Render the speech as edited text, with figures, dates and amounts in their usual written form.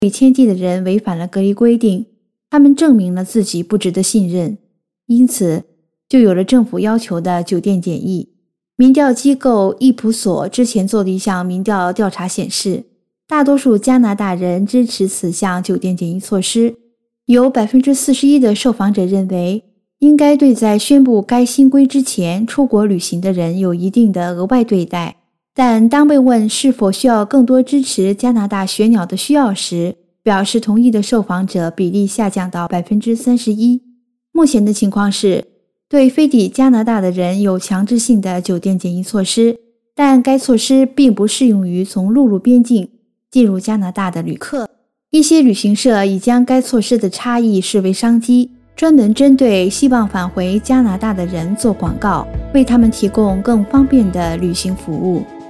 被签记的人违反了隔离规定，他们证明了自己不值得信任，因此就有了政府要求的酒店检疫。民调机构易普索之前做的一项民调调查显示，大多数加拿大人支持此项酒店检疫措施，有 41% 的受访者认为应该对在宣布该新规之前出国旅行的人有一定的额外对待。但当被问是否需要更多支持加拿大雪鸟的需要时，表示同意的受访者比例下降到 31%。 目前的情况是，对飞抵加拿大的人有强制性的酒店检疫措施，但该措施并不适用于从陆路边境进入加拿大的旅客。一些旅行社已将该措施的差异视为商机，专门针对希望返回加拿大的人做广告，为他们提供更方便的旅行服务。